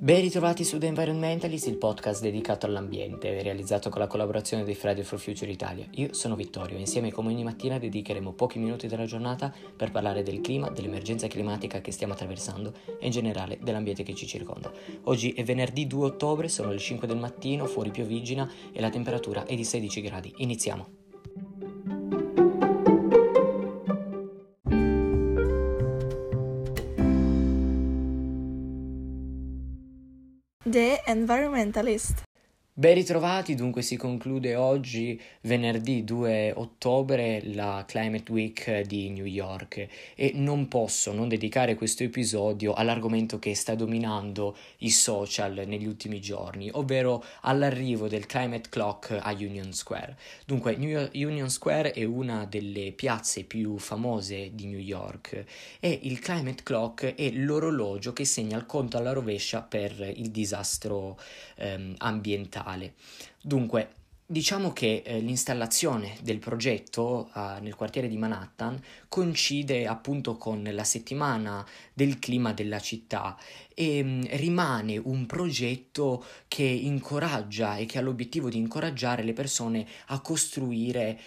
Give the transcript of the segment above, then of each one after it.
Ben ritrovati su The Environmentalist, il podcast dedicato all'ambiente, realizzato con la collaborazione di Friday for Future Italia. Io sono Vittorio e insieme come ogni mattina dedicheremo pochi minuti della giornata per parlare del clima, dell'emergenza climatica che stiamo attraversando e in generale dell'ambiente che ci circonda. Oggi è venerdì 2 ottobre, sono le 5 del mattino, fuori pioviggina e la temperatura è di 16 gradi. Iniziamo! The Environmentalist. Ben ritrovati, dunque si conclude oggi, venerdì 2 ottobre, la Climate Week di New York e non posso non dedicare questo episodio all'argomento che sta dominando i social negli ultimi giorni, ovvero all'arrivo del Climate Clock a Union Square. Dunque, Union Square è una delle piazze più famose di New York e il Climate Clock è l'orologio che segna il conto alla rovescia per il disastro ambientale. Dunque, diciamo che l'installazione del progetto nel quartiere di Manhattan coincide appunto con la settimana del clima della città e rimane un progetto che incoraggia e che ha l'obiettivo di incoraggiare le persone a costruire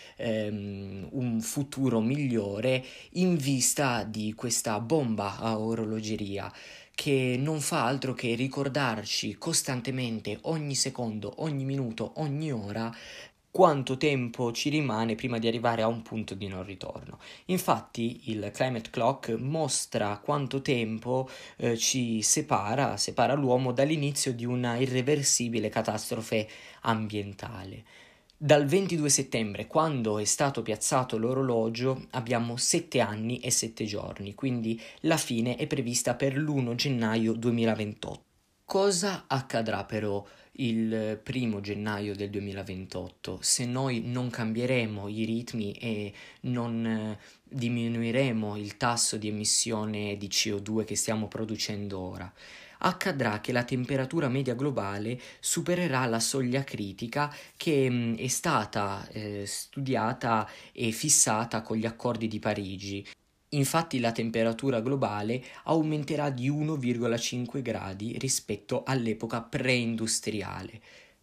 un futuro migliore in vista di questa bomba a orologeria che non fa altro che ricordarci costantemente, ogni secondo, ogni minuto, ogni ora, quanto tempo ci rimane prima di arrivare a un punto di non ritorno. Infatti il Climate Clock mostra quanto tempo ci separa l'uomo dall'inizio di una irreversibile catastrofe ambientale. Dal 22 settembre, quando è stato piazzato l'orologio, abbiamo 7 anni e 7 giorni, quindi la fine è prevista per l'1 gennaio 2028. Cosa accadrà però il 1 gennaio del 2028 se noi non cambieremo i ritmi e non diminuiremo il tasso di emissione di CO2 che stiamo producendo ora? Accadrà che la temperatura media globale supererà la soglia critica che è stata studiata e fissata con gli accordi di Parigi. Infatti la temperatura globale aumenterà di 1,5 gradi rispetto all'epoca preindustriale.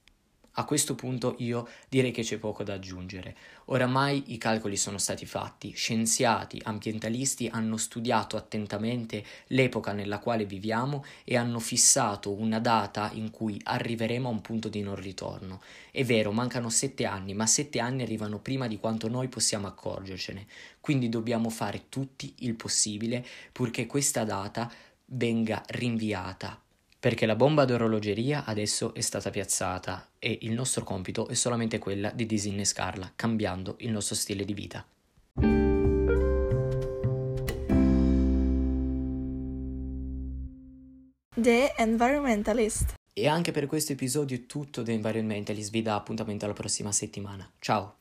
A questo punto io direi che c'è poco da aggiungere. Oramai i calcoli sono stati fatti, scienziati, ambientalisti hanno studiato attentamente l'epoca nella quale viviamo e hanno fissato una data in cui arriveremo a un punto di non ritorno. È vero, mancano 7 anni, ma 7 anni arrivano prima di quanto noi possiamo accorgercene. Quindi dobbiamo fare tutti il possibile purché questa data venga rinviata. Perché la bomba d'orologeria adesso è stata piazzata e il nostro compito è solamente quella di disinnescarla, cambiando il nostro stile di vita. The Environmentalist. E anche per questo episodio è tutto. The Environmentalist vi dà appuntamento alla prossima settimana. Ciao!